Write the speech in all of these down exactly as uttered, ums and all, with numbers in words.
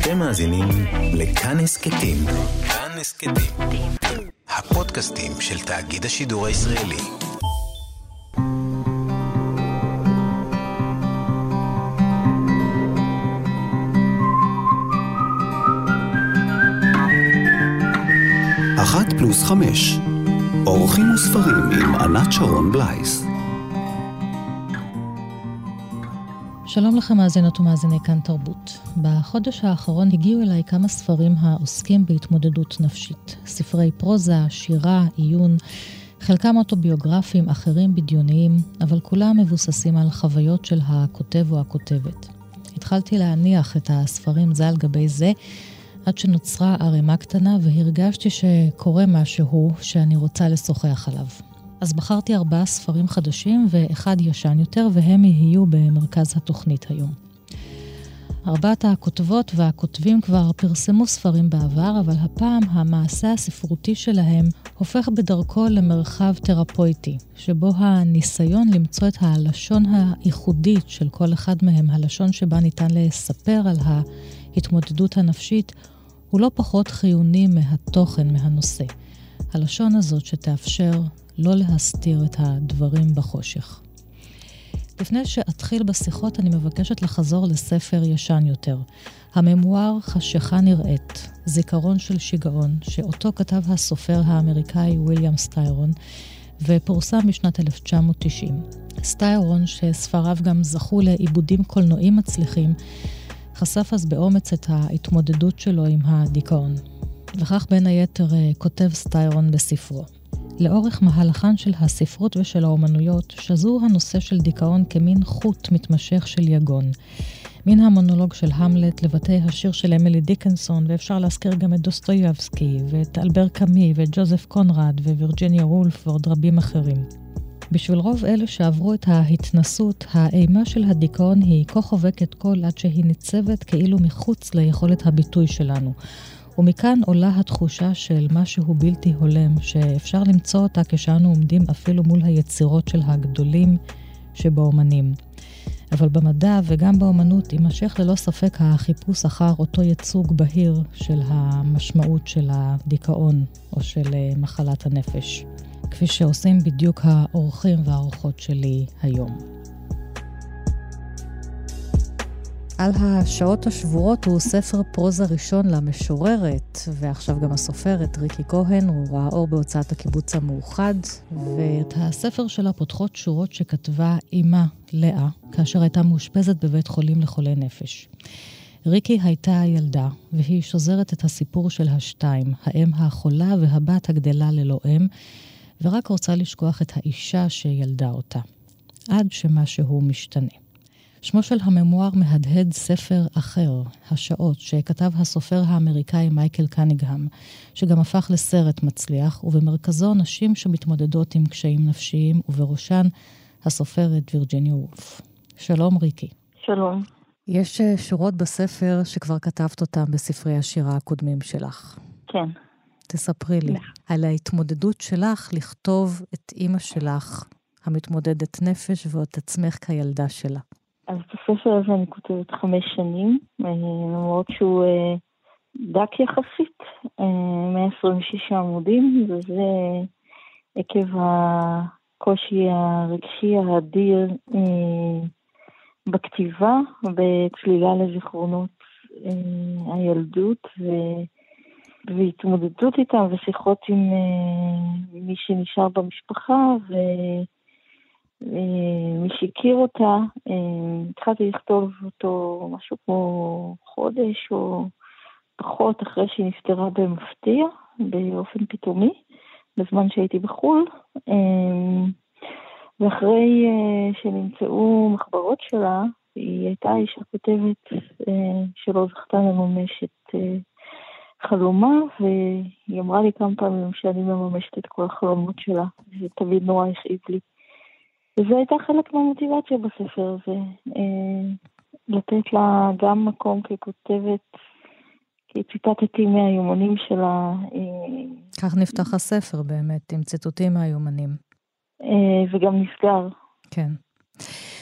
אתם מאזינים לכאן הסכתים. כאן הסכתים. הפודקאסטים של תאגיד השידור הישראלי. אחת פלוס חמש. אורחים וספרים עם ענת שרון בלייס. שלום לכם מאזינות ומאזיני כאן תרבות. בחודש האחרון הגיעו אליי כמה ספרים העוסקים בהתמודדות נפשית. ספרי פרוזה, שירה, עיון, חלקם אוטוביוגרפיים, אחרים בדיוניים, אבל כולם מבוססים על חוויות של הכותב או הכותבת. התחלתי להניח את הספרים זה על גבי זה, עד שנוצרה ערימה קטנה והרגשתי שקורה משהו שאני רוצה לשוחח עליו. אז בחרתי ארבעה ספרים חדשים ואחד ישן יותר, והם יהיו במרכז התוכנית היום. ארבעת הכותבות והכותבים כבר פרסמו ספרים בעבר, אבל הפעם המעשה הספרותי שלהם הופך בדרכו למרחב תרפויטי, שבו הניסיון למצוא את הלשון הייחודית של כל אחד מהם, הלשון שבה ניתן לספר על ההתמודדות הנפשית, הוא לא פחות חיוני מהתוכן, מהנושא. הלשון הזאת שתאפשר לא להסתיר את הדברים בחושך. לפני שאתחיל בשיחות, אני מבקשת לחזור לספר ישן יותר. הממואר חשיכה נראית, זיכרון של שיגעון, שאותו כתב הסופר האמריקאי וויליאם סטיירון, ופורסם בשנת אלף תשע מאות תשעים. סטיירון, שספריו גם זכו לעיבודים קולנועיים מצליחים, חשף אז באומץ את ההתמודדות שלו עם הדיכאון. וכך בין היתר כותב סטיירון בספרו. לאורך מהלכן של הספרות ושל האומנויות, שזור הנושא של דיכאון כמין חוט מתמשך של יגון. מן המונולוג של המלט לבתי השיר של אמילי דיקנסון, ואפשר להזכיר גם את דוסטויבסקי, ואת אלבר קאמי, ואת ג'וזף קונרד, ווירג'יניה וולף, ועוד רבים אחרים. בשביל רוב אלה שעברו את ההתנסות, האימה של הדיכאון היא כה חובקת כל עד שהיא ניצבת כאילו מחוץ ליכולת הביטוי שלנו. ומכאן עולה התחושה של משהו בלתי הולם, שאפשר למצוא אותה כשאנו עומדים אפילו מול היצירות של הגדולים שבאומנים. אבל במדע וגם באומנות יימשך ללא ספק החיפוש אחר אותו ייצוג בהיר של המשמעות של הדיכאון או של מחלת הנפש, כפי שעושים בדיוק האורחים והאורחות שלי היום. על השעות השבורות הוא ספר פרוזה ראשון למשוררת, ועכשיו גם הסופרת ריקי כהן, הוא ראה אור בהוצאת הקיבוץ המאוחד, ואת הספר שלה פותחות שורות שכתבה אימה לאה, כאשר הייתה מאושפזת בבית חולים לחולי נפש. ריקי הייתה ילדה, והיא שוזרת את הסיפור של השתיים, האם החולה והבת הגדלה ללא אם, ורק רוצה לשכוח את האישה שילדה אותה, עד שמשהו משתנה. שמו של הממואר מהדהד ספר אחר, השעות, שכתב הסופר האמריקאי מייקל קניגהאם, שגם הפך לסרט מצליח, ובמרכזו נשים שמתמודדות עם קשיים נפשיים, ובראשן הסופרת וירג'יניה וולף. שלום ריקי. שלום. יש שורות בספר שכבר כתבת אותם בספרי השירה הקודמים שלך. כן. תספרי לי על ההתמודדות שלך לכתוב את אימא שלך, המתמודדת נפש, ואת עצמך כילדה שלה. אז בספר הזה אני כותבת חמש שנים, למרות שהוא דק יחסית, מאה עשרים ושישה עמודים, וזה עקב הקושי הרגשי האדיר בכתיבה, בצלילה לזיכרונות הילדות, והתמודדות איתם, ושיחות עם מי שנשאר במשפחה, ו... מי שהכיר אותה, התחלתי לכתוב אותו משהו כמו חודש או פחות אחרי שהיא נפטרה במפתיע, באופן פתאומי, בזמן שהייתי בחול, ואחרי שנמצאו מחברות שלה, היא הייתה אישה כותבת שלא זכתה לממש את חלומה, והיא אמרה לי כמה פעמים שאני מממשת את כל החלומות שלה, זה תמיד נורא הכאיב לי. וזה הייתה חלק מהמוטיבציה בספר הזה, לתת לה גם מקום ככותבת, כי ציטטתי מהיומנים שלה. כך נפתח הספר באמת, עם ציטוטים מהיומנים. וגם נסגר. כן.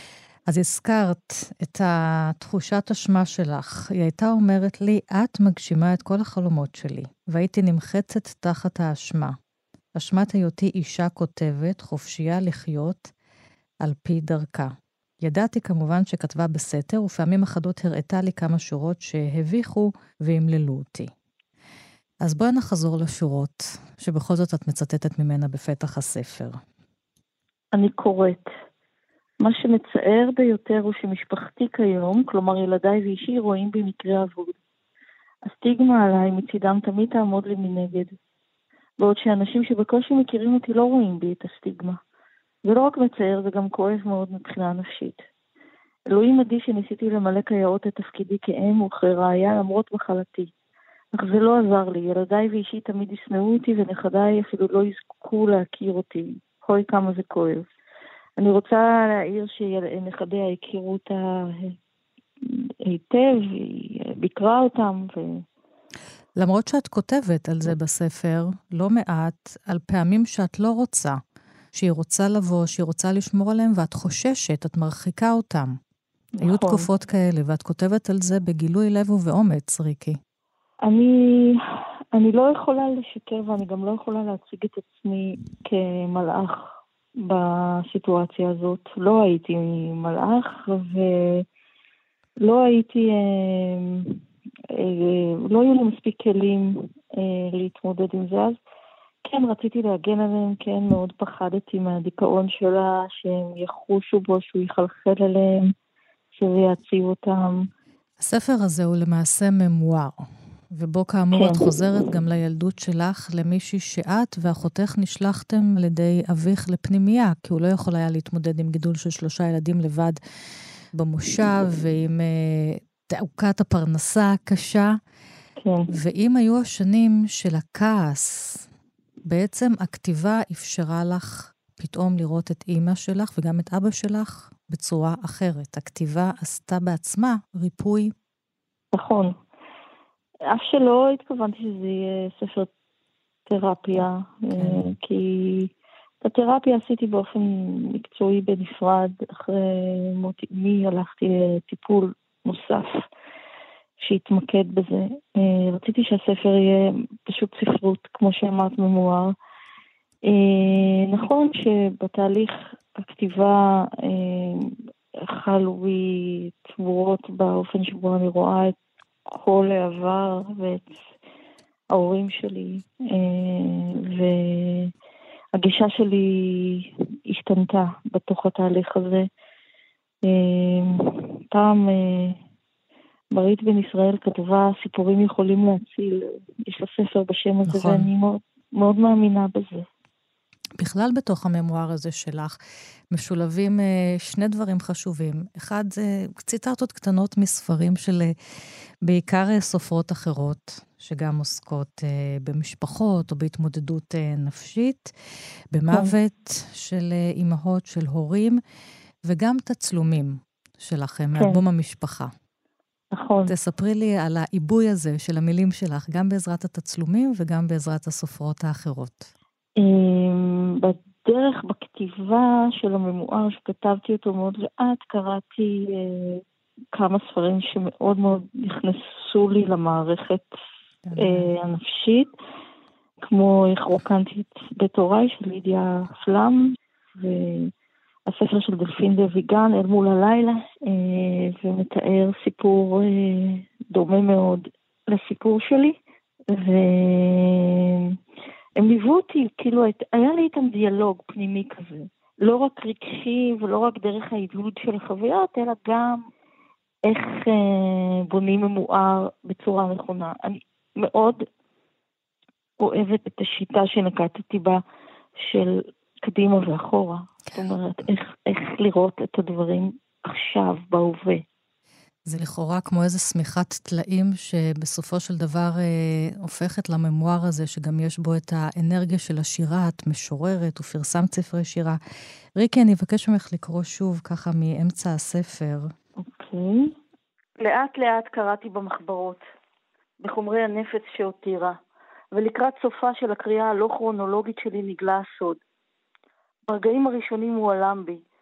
אז הזכרת את התחושת אשמה שלך. היא הייתה אומרת לי, את מגשימה את כל החלומות שלי, והייתי נמחצת תחת האשמה. אשמת היותי אישה כותבת, חופשייה לחיות על פי דרכה. ידעתי כמובן שכתבה בסתר, ופעמים אחדות הראתה לי כמה שורות שהביכו והמללו אותי. אז בואי נחזור לשורות, שבכל זאת את מצטטת ממנה בפתח הספר. אני קוראת. מה שמצער ביותר הוא שמשפחתי כיום, כלומר ילדיי ואישי, רואים בי מקרה אבוד. הסטיגמה עליי מצידם תמיד תעמוד לי מנגד. בעוד שאנשים שבקושי מכירים אותי לא רואים בי את הסטיגמה. זה לא רק מצער, זה גם כואב מאוד מבחינה נפשית. אלוהים עדי שניסיתי למלא כיאות את תפקידי כאם וכראיה למרות מחלתי. אך זה לא עזר לי, ילדיי ואישי תמיד ישנאו אותי ונכדיי אפילו לא יזכו להכיר אותי. אוי כמה זה כואב. אני רוצה להעיר שנכדיה הכירו אותה היטב, היא ביקרה אותם. ו... למרות שאת כותבת על זה בספר, לא מעט, על פעמים שאת לא רוצה, שהיא רוצה לבוא, שהיא רוצה לשמור עליהם, ואת חוששת, את מרחיקה אותם. נכון. היו תקופות כאלה, ואת כותבת על זה בגילוי לב ובאומץ, ריקי. אני, אני לא יכולה לשקר, ואני גם לא יכולה להציג את עצמי כמלאך בסיטואציה הזאת. לא הייתי מלאך, ולא הייתי, לא היו לי מספיק כלים להתמודד עם זה. אז כן, רציתי להגן עליהם, כן, מאוד פחדתי מהדיכאון שלה, שהם יחושו בו, שהוא יחלחל אליהם, שזה יעציב אותם. הספר הזה הוא למעשה ממואר. ובו כאמור כן. את חוזרת גם לילדות שלך, למישהי שאת ואחותך נשלחתם על ידי אביך לפנימייה, כי הוא לא יכול היה להתמודד עם גידול של שלושה ילדים לבד במושב, ועם uh, תעוקת הפרנסה הקשה. כן. ואם היו השנים של הכעס, בעצם הכתיבה אפשרה לך פתאום לראות את אימא שלך וגם את אבא שלך בצורה אחרת. הכתיבה עשתה בעצמה ריפוי. נכון. אף שלא התכוונתי שזה יהיה ספר תרפיה, כן. כי את התרפיה עשיתי באופן מקצועי בנפרד, אחרי מותי אמי הלכתי לטיפול נוסף שהתמקד בזה. רציתי שהספר יהיה פשוט ספרות, כמו שאמרת, ממואר. נכון שבתהליך הכתיבה חלו בי תמורות באופן שבו אני רואה את כל העבר ואת ההורים שלי, והגישה שלי השתנתה בתוך התהליך הזה. פעם מרית בן ישראל כתבה, סיפורים יכולים להציל, יש לה ספר בשם הזה, נכון. ואני מאוד, מאוד מאמינה בזה. בכלל בתוך הממואר הזה שלך משולבים שני דברים חשובים. אחד זה ציטטות קטנות מספרים של בעיקר סופרות אחרות, שגם עוסקות במשפחות או בהתמודדות נפשית, במוות של אימהות, של הורים, וגם תצלומים שלכם, מאלבום המשפחה. נכון. תספרי לי על העיבוי הזה של המילים שלך, גם בעזרת התצלומים וגם בעזרת הסופרות האחרות. בדרך בכתיבה של הממואר שכתבתי אותו מאוד לאט, קראתי כמה ספרים שמאוד מאוד נכנסו לי למערכת הנפשית, כמו איך רוקנתי את בית הוריי של לידיה פלם, והספר של דלפין דויגן, אל מול הלילה, ומתאר סיפור דומה מאוד לסיפור שלי, ו... הם ליוו אותי, כאילו, היה לי איתם דיאלוג פנימי כזה. לא רק רגשי ולא רק דרך העידוד של החוויות, אלא גם איך אה, בונים ממואר בצורה נכונה. אני מאוד אוהבת את השיטה שנקטתי בה של קדימה ואחורה. זאת אומרת, איך, איך לראות את הדברים עכשיו, בהווה. זה לכאורה כמו איזו סמיכת תלאים שבסופו של דבר אה, הופכת לממואר הזה, שגם יש בו את האנרגיה של השירה, את משוררת ופרסמת ספרי שירה. ריקי, אני אבקש ממך לקרוא שוב ככה מאמצע הספר. אוקיי. לאט לאט קראתי במחברות, בחומרי הנפץ שהותירה, ולקראת סופה של הקריאה הלא כרונולוגית שלי נגלה הסוד. ברגעים הראשונים הוא עלם בי.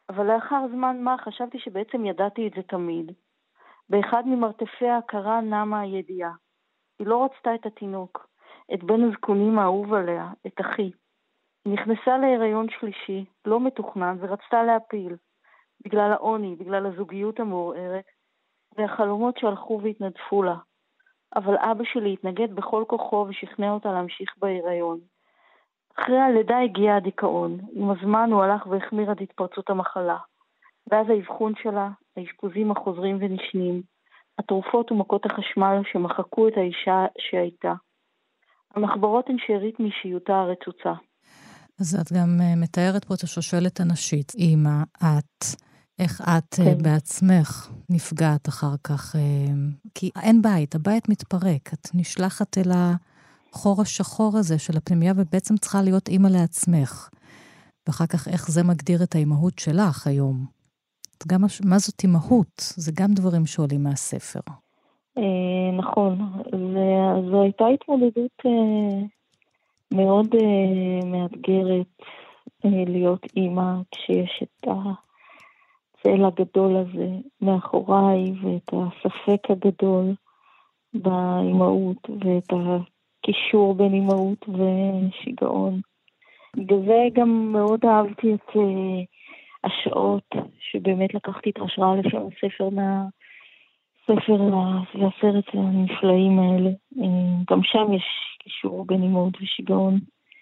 אבל לאחר זמן מה חשבתי שבעצם ידעתי את זה תמיד. באחד ממרתפי ההכרה נמה הידיעה. היא לא רצתה את התינוק, את בן הזקונים האהוב עליה, את אחי. היא נכנסה להיריון שלישי, לא מתוכנן, ורצתה להפיל. בגלל העוני, בגלל הזוגיות המעורערת, והחלומות שהלכו והתנדפו לה. אבל אבא שלי התנגד בכל כוחו ושכנע אותה להמשיך בהיריון. אחרי הלידה הגיע הדיכאון. עם הזמן הוא הלך והחמיר עד התפרצות המחלה. ואז האבחון שלה, האשפוזים החוזרים ונשנים, התרופות ומכות החשמל שמחקו את האישה שהייתה. המחברות הן שארית מאישיותה הרצוצה. אז את גם מתארת פה את השושלת הנשית. אמא, את, איך את כן. בעצמך נפגעת אחר כך? כי אין בית, הבית מתפרק. את נשלחת אל החור השחור הזה של הפנימיה, ובעצם צריכה להיות אמא לעצמך. ואחר כך איך זה מגדיר את האימהות שלך היום? גם, מה זאת אימהות? זה גם דברים שעולים מהספר. נכון. זו הייתה התמודדות מאוד מאתגרת להיות אימא, כשיש את הצל הגדול הזה מאחוריי, ואת הספק הגדול באימהות, ואת הקישור בין אימהות ושיגעון. בגלל זה גם מאוד אהבתי את השעות, שבאמת לקחתי את ההשראה לשם הספר מהספר והסרט הנפלאים האלה. גם שם יש קישור בין אימהות ושיגעון.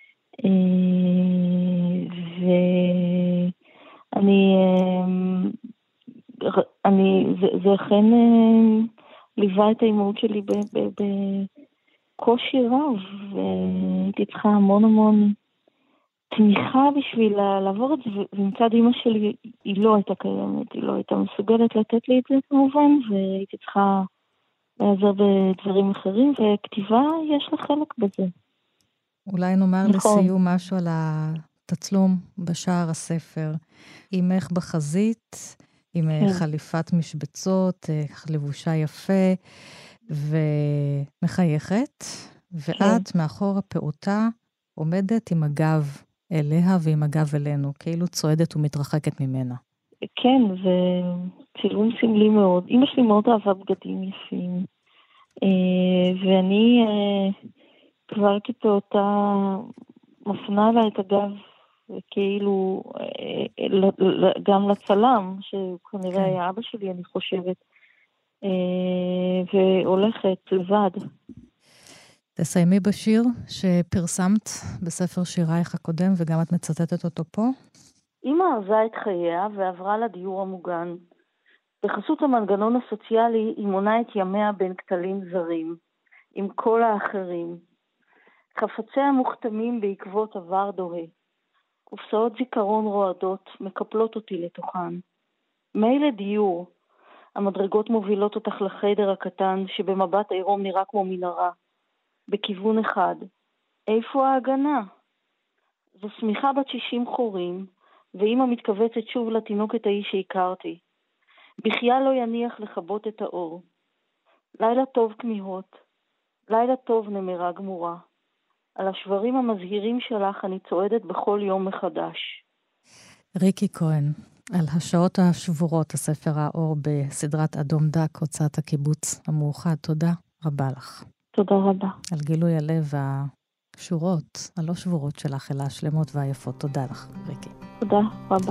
ואני, אני, זה, זה אכן ליווה את האימהות שלי בקושי רב, והייתי צריכה המון המון תמיכה בשביל לעבור את זה, ומצד אמא שלי היא לא הייתה קיימת, היא לא הייתה מסוגלת לתת לי את זה כמובן, והייתי צריכה לעזר בדברים אחרים, וכתיבה יש לה חלק בזה. אולי נאמר נכון. לסיום משהו על התצלום בשער הספר. אמך בחזית, עם כן. חליפת משבצות, לבושה יפה, ומחייכת, ואת כן. מאחור הפעוטה עומדת עם הגב אליה ועם הגב אלינו, כאילו צועדת ומתרחקת ממנה. כן, זה צילום סמלי מאוד. אמא שלי מאוד אהבה בגדים יפים, ואני כבר כפעוטה מפנה לה את הגב, וכאילו גם לצלם, שכנראה היה אבא שלי, אני חושבת, והולכת לבד. תסיימי בשיר שפרסמת בספר שירייך הקודם, וגם את מצטטת אותו פה. אמא ארזה את חייה ועברה לדיור המוגן. בחסות המנגנון הסוציאלי היא מונה את ימיה בין כתלים זרים, עם כל האחרים. חפציה מוכתמים בעקבות עבר דוהה. קופסאות זיכרון רועדות מקפלות אותי לתוכן. מילא דיור. המדרגות מובילות אותך לחדר הקטן שבמבט עירום נראה כמו מנהרה. בכיוון אחד. איפה ההגנה? זו סמיכה בת שישים חורים, ואמא מתכווצת שוב לתינוקת ההיא שהכרתי. בחיה לא יניח לכבות את האור. לילה טוב כמיהות. לילה טוב נמרה גמורה. על השברים המזהירים שלך אני צועדת בכל יום מחדש. ריקי כהן, על השעות השבורות, הספר האור בסדרת אדום דק, הוצאת הקיבוץ המאוחד. תודה רבה לך. תודה רבה. על גילוי הלב והשורות, הלא שבורות שלך, אלא השלמות והיפות. תודה לך, ריקי. תודה רבה.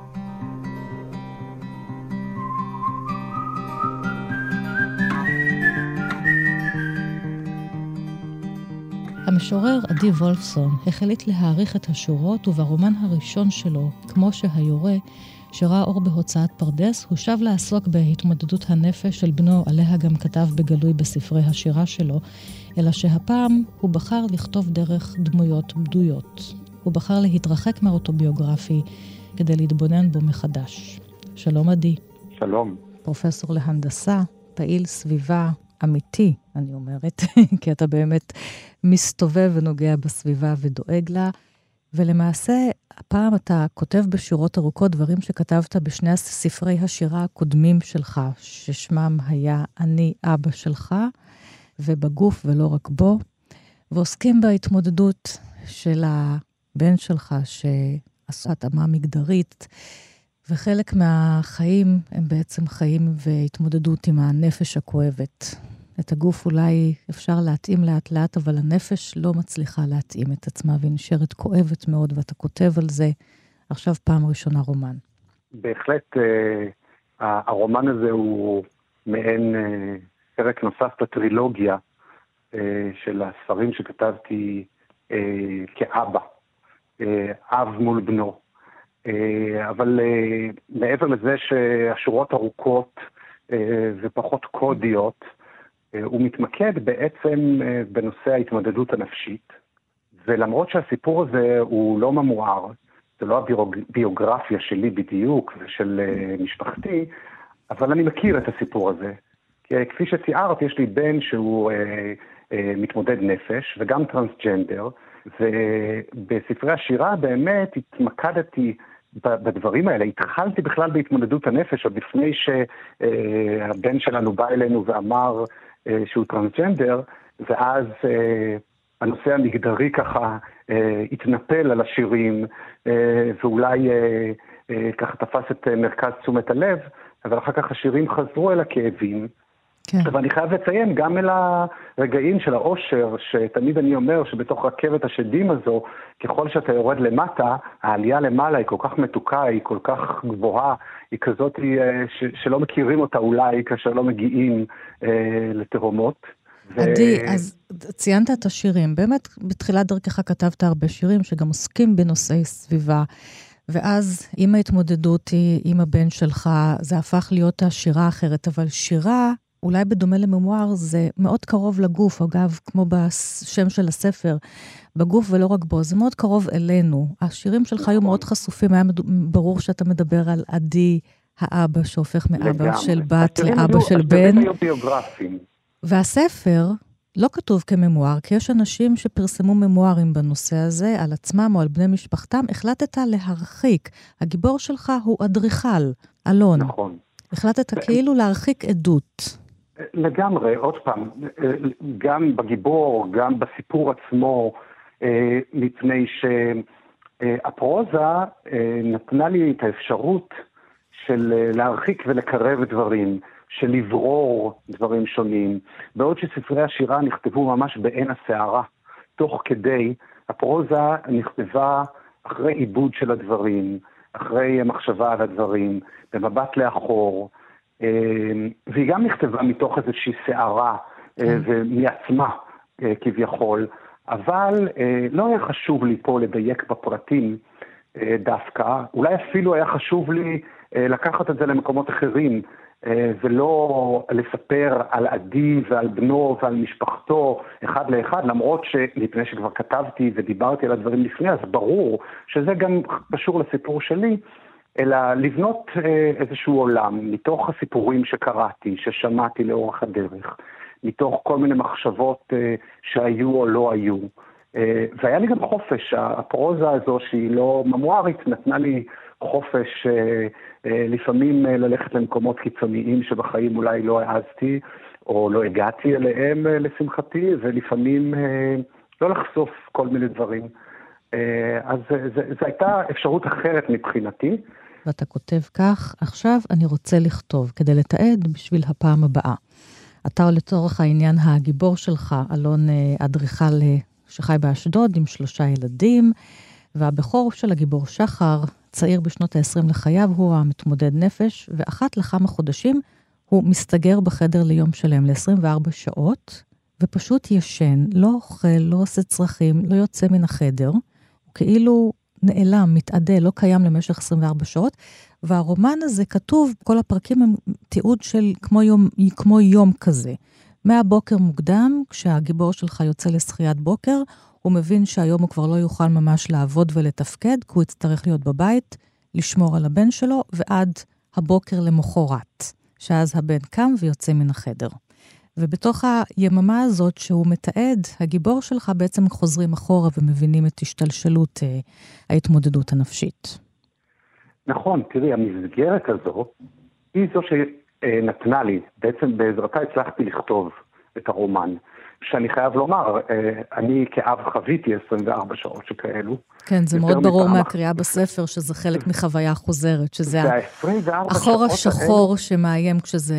המשורר עדי וולפסון החליט להעריך את השורות, וברומן הראשון שלו, כמו שהיורה, שראה אור בהוצאת פרדס, הוא שב לעסוק בהתמודדות הנפש של בנו, עליה גם כתב בגלוי בספרי השירה שלו, אלא שהפעם הוא בחר לכתוב דרך דמויות בדויות. הוא בחר להתרחק מהאוטוביוגרפי כדי להתבונן בו מחדש. שלום עדי. שלום. פרופסור להנדסה, פעיל סביבה אמיתי, אני אומרת, כי אתה באמת מסתובב ונוגע בסביבה ודואג לה, ולמעשה הפעם אתה כותב בשורות ארוכות דברים שכתבת בשני ספרי השירה הקודמים שלך, ששמם היה אני אבא שלך, ובגוף ולא רק בו, ועוסקים בהתמודדות של הבן שלך שעשה התאמה מגדרית, וחלק מהחיים הם בעצם חיים והתמודדות עם הנפש הכואבת. את הגוף אולי אפשר להתאים לאט לאט, אבל הנפש לא מצליחה להתאים את עצמה, והיא נשארת כואבת מאוד, ואתה כותב על זה עכשיו פעם ראשונה רומן. בהחלט, אה, הרומן הזה הוא מעין אה, פרק נוסף בטרילוגיה אה, של הספרים שכתבתי אה, כאבא, אה, אב מול בנו. אה, אבל אה, מעבר לזה שהשורות ארוכות אה, ופחות קודיות, אה, הוא מתמקד בעצם אה, בנושא ההתמודדות הנפשית, ולמרות שהסיפור הזה הוא לא ממואר, זה לא הביוגרפיה שלי בדיוק ושל uh, משפחתי, אבל אני מכיר את הסיפור הזה. כי כפי שציירת, יש לי בן שהוא uh, uh, מתמודד נפש וגם טרנסג'נדר, ובספרי השירה באמת התמקדתי בדברים האלה. התחלתי בכלל בהתמודדות הנפש, עוד לפני שהבן uh, שלנו בא אלינו ואמר uh, שהוא טרנסג'נדר, ואז uh, הנושא המגדרי ככה אה, התנפל על השירים, אה, ואולי אה, אה, ככה תפס את אה, מרכז תשומת הלב, אבל אחר כך השירים חזרו אל הכאבים. כן. ואני חייב לציין גם אל הרגעים של האושר, שתמיד אני אומר שבתוך רכבת השדים הזו, ככל שאתה יורד למטה, העלייה למעלה היא כל כך מתוקה, היא כל כך גבוהה, היא כזאת אה, ש, שלא מכירים אותה אולי כאשר לא מגיעים אה, לתרומות. עדי, אז ציינת את השירים. באמת, בתחילת דרכך כתבת הרבה שירים שגם עוסקים בנושאי סביבה, ואז עם ההתמודדות עם הבן שלך, זה הפך להיות השירה האחרת, אבל שירה, אולי בדומה לממואר, זה מאוד קרוב לגוף, אגב, כמו בשם של הספר, בגוף ולא רק בו, זה מאוד קרוב אלינו. השירים שלך היו מאוד חשופים, היה ברור שאתה מדבר על עדי, האבא שהופך מאבא של בת לאבא של בן. היו ביוגרפיים. והספר לא כתוב כממואר, כי יש אנשים שפרסמו ממוארים בנושא הזה, על עצמם או על בני משפחתם, החלטת להרחיק. הגיבור שלך הוא אדריכל, אלון. נכון. החלטת כאילו להרחיק עדות. לגמרי, עוד פעם, גם בגיבור, גם בסיפור עצמו, מפני שהפרוזה נתנה לי את האפשרות של להרחיק ולקרב דברים, של לברור דברים שונים, בעוד שספרי השירה נכתבו ממש בעין הסערה, תוך כדי, הפרוזה נכתבה אחרי עיבוד של הדברים, אחרי המחשבה על הדברים, במבט לאחור, והיא גם נכתבה מתוך איזושהי סערה ומעצמה כביכול, אבל לא היה חשוב לי פה לדייק בפרטים דווקא, אולי אפילו היה חשוב לי לקחת את זה למקומות אחרים, ולא לספר על עדי ועל בנו ועל משפחתו אחד לאחד, למרות שלפני שכבר כתבתי ודיברתי על הדברים לפני, אז ברור שזה גם קשור לסיפור שלי, אלא לבנות איזשהו עולם מתוך הסיפורים שקראתי, ששמעתי לאורך הדרך, מתוך כל מיני מחשבות שהיו או לא היו. והיה לי גם חופש, הפרוזה הזו שהיא לא ממוארית, נתנה לי חופש לפעמים ללכת למקומות קיצוניים שבחיים אולי לא העזתי או לא הגעתי אליהם לשמחתי, ולפעמים לא לחשוף כל מיני דברים. אז זו הייתה אפשרות אחרת מבחינתי. ואתה כותב כך, עכשיו אני רוצה לכתוב כדי לתעד בשביל הפעם הבאה. אתה לצורך העניין הגיבור שלך, אלון אדריכל שחי באשדוד עם שלושה ילדים, והבכור של הגיבור שחר, צעיר בשנות ה-עשרים לחייו, הוא המתמודד נפש, ואחת לכמה חודשים הוא מסתגר בחדר ליום שלם, ל-עשרים וארבע שעות, ופשוט ישן, לא אוכל, לא עושה צרכים, לא יוצא מן החדר, הוא כאילו נעלם, מתעדה, לא קיים למשך עשרים וארבע שעות, והרומן הזה כתוב, כל הפרקים הם תיעוד של כמו יום, כמו יום כזה. מהבוקר מוקדם, כשהגיבור שלך יוצא לשחיית בוקר, הוא מבין שהיום הוא כבר לא יוכל ממש לעבוד ולתפקד, כי הוא יצטרך להיות בבית, לשמור על הבן שלו, ועד הבוקר למחרת, שאז הבן קם ויוצא מן החדר. ובתוך היממה הזאת שהוא מתעד, הגיבור שלך בעצם חוזרים אחורה ומבינים את השתלשלות אה, ההתמודדות הנפשית. נכון, תראי, המסגרת הזו היא זו שנתנה לי, בעצם בעזרתה הצלחתי לכתוב את הרומן. שאני חייב לומר, אני כאב חוויתי עשרים וארבע שעות שכאלו. כן, זה מאוד ברור מהקריאה בספר, שזה חלק מחוויה חוזרת, שזה החור השחור שמאיים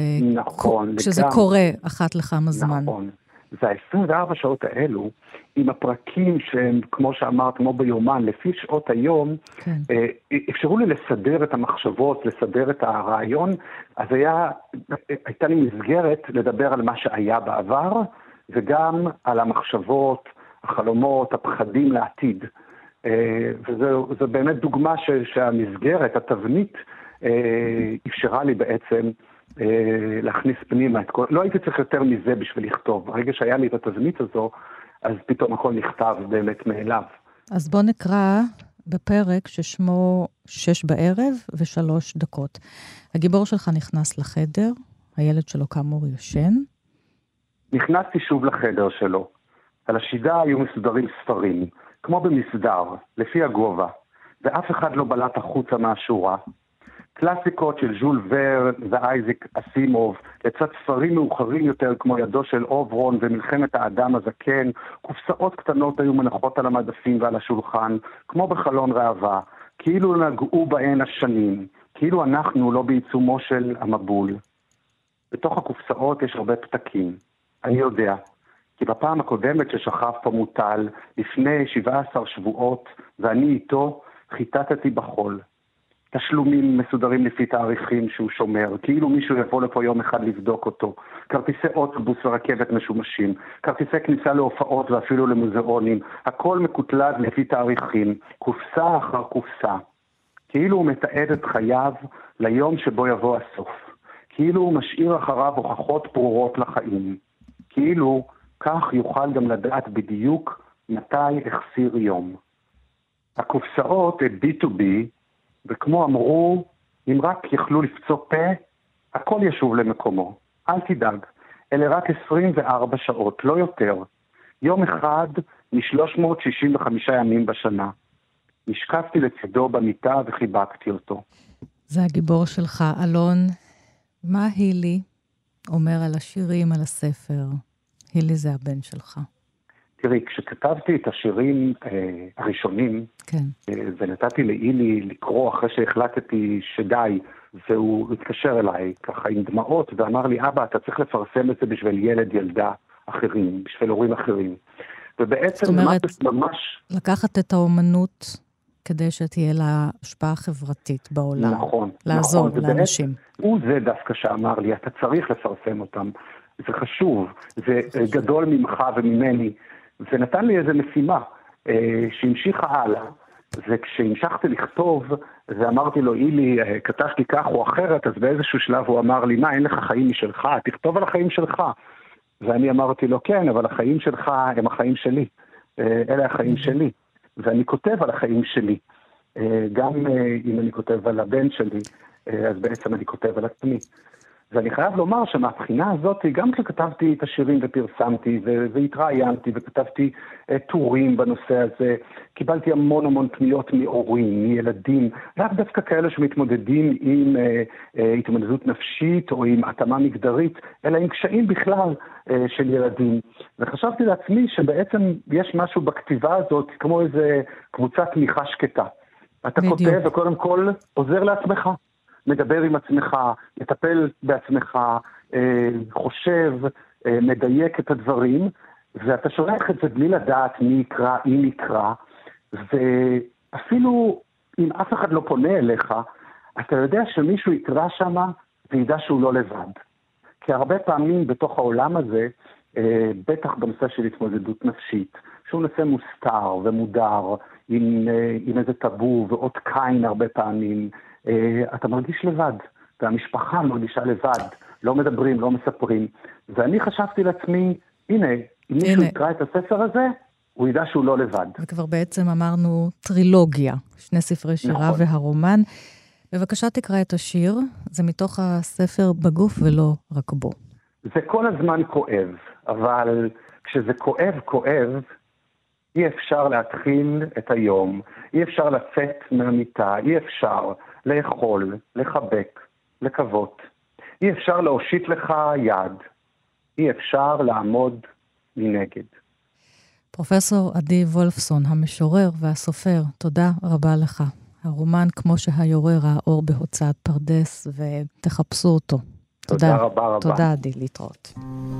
כשזה קורה אחת לכמה זמן. נכון. זה ה-עשרים וארבע שעות האלו, עם הפרקים שהם, כמו שאמרת, כמו ביומן, לפי שעות היום, כן. אפשרו לי לסדר את המחשבות, לסדר את הרעיון, אז היה, הייתה לי מסגרת לדבר על מה שהיה בעבר, וגם על המחשבות, החלומות, הפחדים לעתיד. וזו באמת דוגמה ש, שהמסגרת, התבנית, אפשרה לי בעצם להכניס פנימה את כל... לא הייתי צריך יותר מזה בשביל לכתוב. ברגע שהיה לי את התבנית הזו, אז פתאום הכל נכתב באמת מאליו. אז בוא נקרא בפרק ששמו שש בערב ושלוש דקות. הגיבור שלך נכנס לחדר, הילד שלו כאמור ישן. נכנסתי שוב לחדר שלו. על השידה היו מסודרים ספרים, כמו במסדר, לפי הגובה, ואף אחד לא בלט החוצה מהשורה. קלאסיקות של ז'ול ורן ואייזק אסימוב, לצד ספרים מאוחרים יותר כמו ידו של אוברון ומלחמת האדם הזקן, קופסאות קטנות היו מנחות על המדפים ועל השולחן, כמו בחלון ראווה, כאילו נגעו בהן השנים, כאילו אנחנו לא בעיצומו של המבול. בתוך הקופסאות יש הרבה פתקים. אני יודע, כי בפעם הקודמת ששכב פה מוטל, לפני שבעה עשר שבועות, ואני איתו חיטטתי בחול. תשלומים מסודרים לפי תאריכים שהוא שומר, כאילו מישהו יבוא לפה יום אחד לבדוק אותו. כרטיסי אוטובוס ורכבת משומשים, כרטיסי כניסה להופעות ואפילו למוזיאונים, הכל מקוטלג לפי תאריכים, קופסה אחר קופסה. כאילו הוא מתעד את חייו ליום שבו יבוא הסוף. כאילו הוא משאיר אחריו הוכחות ברורות לחיים. כאילו כך יוכל גם לדעת בדיוק מתי החסיר יום. הקופסאות את בי טו בי, וכמו אמרו, אם רק יכלו לפצוע פה, הכל ישוב למקומו. אל תדאג, אלה רק עשרים וארבע שעות, לא יותר. יום אחד מ-שלוש מאות שישים וחמישה ימים בשנה. נשקפתי לצידו במיטה וחיבקתי אותו. זה הגיבור שלך, אלון. מה הילי אומר על השירים, על הספר? הילי זה הבן שלך. תראי, כשכתבתי את השירים אה, הראשונים, כן. אה, ונתתי לאילי לקרוא אחרי שהחלטתי שדי, והוא התקשר אליי ככה עם דמעות, ואמר לי, אבא, אתה צריך לפרסם את זה בשביל ילד, ילדה אחרים, בשביל הורים אחרים. ובעצם זאת אומרת, ממש... לקחת את האומנות כדי שתהיה לה השפעה חברתית בעולם. נכון. לעזור נכון, לאנשים. הוא זה דווקא שאמר לי, אתה צריך לפרסם אותם. זה חשוב, זה גדול ממך וממני. ונתן לי איזו משימה אה, שהמשיכה הלאה, וכשהמשכתי לכתוב, ואמרתי לו, אילי, אה, כתבתי כך או אחרת, אז באיזשהו שלב הוא אמר לי, מה, אין לך חיים משלך? תכתוב על החיים שלך. ואני אמרתי לו, כן, אבל החיים שלך הם החיים שלי. אה, אלה החיים שלי. ואני כותב על החיים שלי. אה, גם אה, אם אני כותב על הבן שלי, אה, אז בעצם אני כותב על עצמי. ואני חייב לומר שמהבחינה הזאת, גם כשכתבתי את השירים ופרסמתי והתראיינתי וכתבתי טורים בנושא הזה, קיבלתי המון המון פניות מהורים, מילדים, לאו דווקא כאלה שמתמודדים עם אה, אה, התמודדות נפשית או עם התאמה מגדרית, אלא עם קשיים בכלל אה, של ילדים. וחשבתי לעצמי שבעצם יש משהו בכתיבה הזאת, כמו איזה קבוצת תמיכה שקטה. אתה בדיוק. כותב וקודם כל עוזר לעצמך. מדבר עם עצמך, מטפל בעצמך, חושב, מדייק את הדברים, ואתה שולח את זה בלי לדעת מי יקרא, אם יקרא, ואפילו אם אף אחד לא פונה אליך, אתה יודע שמישהו יקרא שם וידע שהוא לא לבד. כי הרבה פעמים בתוך העולם הזה, בטח בנושא של התמודדות נפשית, שהוא נושא מוסתר ומודר, עם, עם איזה טאבו ועוד קין הרבה פעמים, אתה מרגיש לבד, והמשפחה מרגישה לבד, לא מדברים, לא מספרים. ואני חשבתי לעצמי, הנה, אם מישהו יקרא את הספר הזה, הוא ידע שהוא לא לבד. וכבר בעצם אמרנו טרילוגיה, שני ספרי שירה נכון. והרומן. בבקשה תקרא את השיר, זה מתוך הספר בגוף ולא רק בו. זה כל הזמן כואב, אבל כשזה כואב, כואב, אי אפשר להתחיל את היום, אי אפשר לצאת מהמיטה, אי אפשר לאכול, לחבק, לקוות. אי אפשר להושיט לך יד, אי אפשר לעמוד מנגד. פרופסור עדי וולפסון, המשורר והסופר, תודה רבה לך. הרומן כמו שהיורה ראה אור בהוצאת פרדס, ותחפשו אותו. תודה, תודה רבה רבה. תודה עדי, להתראות.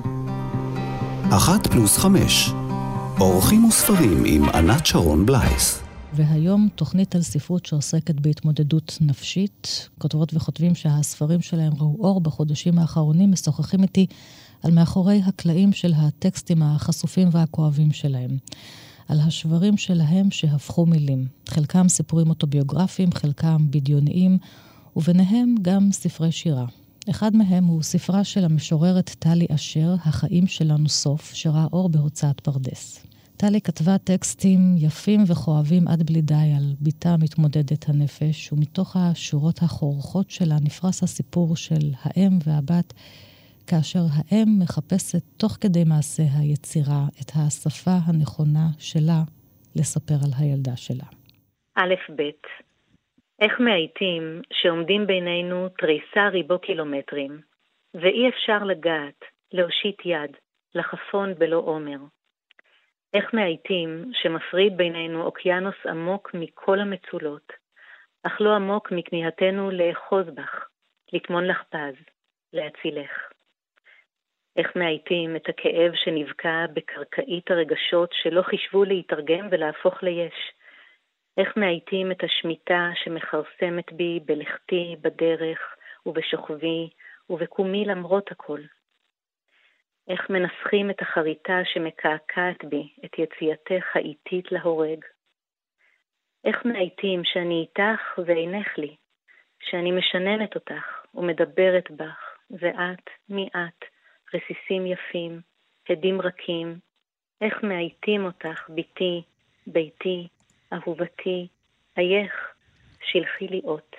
אחת פלוס חמש, אורחים וספרים עם ענת שרון בלייס. והיום תוכנית על ספרות שעוסקת בהתמודדות נפשית. כותבות וכותבים שהספרים שלהם ראו אור בחודשים האחרונים, משוחחים איתי על מאחורי הקלעים של הטקסטים החשופים והכואבים שלהם. על השברים שלהם שהפכו מילים. חלקם סיפורים אוטוביוגרפיים, חלקם בדיוניים, וביניהם גם ספרי שירה. אחד מהם הוא ספרה של המשוררת טלי אשר, החיים שלנו סוף, שראה אור בהוצאת פרדס. טלי כתבה טקסטים יפים וכואבים עד בלי די על ביתה מתמודדת הנפש, ומתוך השורות החורכות שלה נפרס הסיפור של האם והבת, כאשר האם מחפשת תוך כדי מעשה היצירה את השפה הנכונה שלה לספר על הילדה שלה. א' ב' איך מעיתים שעומדים בינינו תריסה ריבו קילומטרים, ואי אפשר לגעת, להושיט יד, לחפון בלא עומר. איך מעיתים שמפריד בינינו אוקיינוס עמוק מכל המצולות, אך לא עמוק מכניעתנו לאחוז בך, לטמון לך פז, להצילך. איך מעיתים את הכאב שנבקע בקרקעית הרגשות שלא חישבו להתרגם ולהפוך ליש. איך מעיתים את השמיטה שמחרסמת בי בלכתי, בדרך ובשוכבי ובקומי למרות הכל. איך מנסחים את החריטה שמקעקעת בי את יציאתך האיטית להורג. איך מעיתים שאני איתך ואינך לי, שאני משננת אותך ומדברת בך, ואת מי את, רסיסים יפים, הדים רכים. איך מעיתים אותך, ביתי, ביתי, אהובתי, אייך, שלחי לי אות.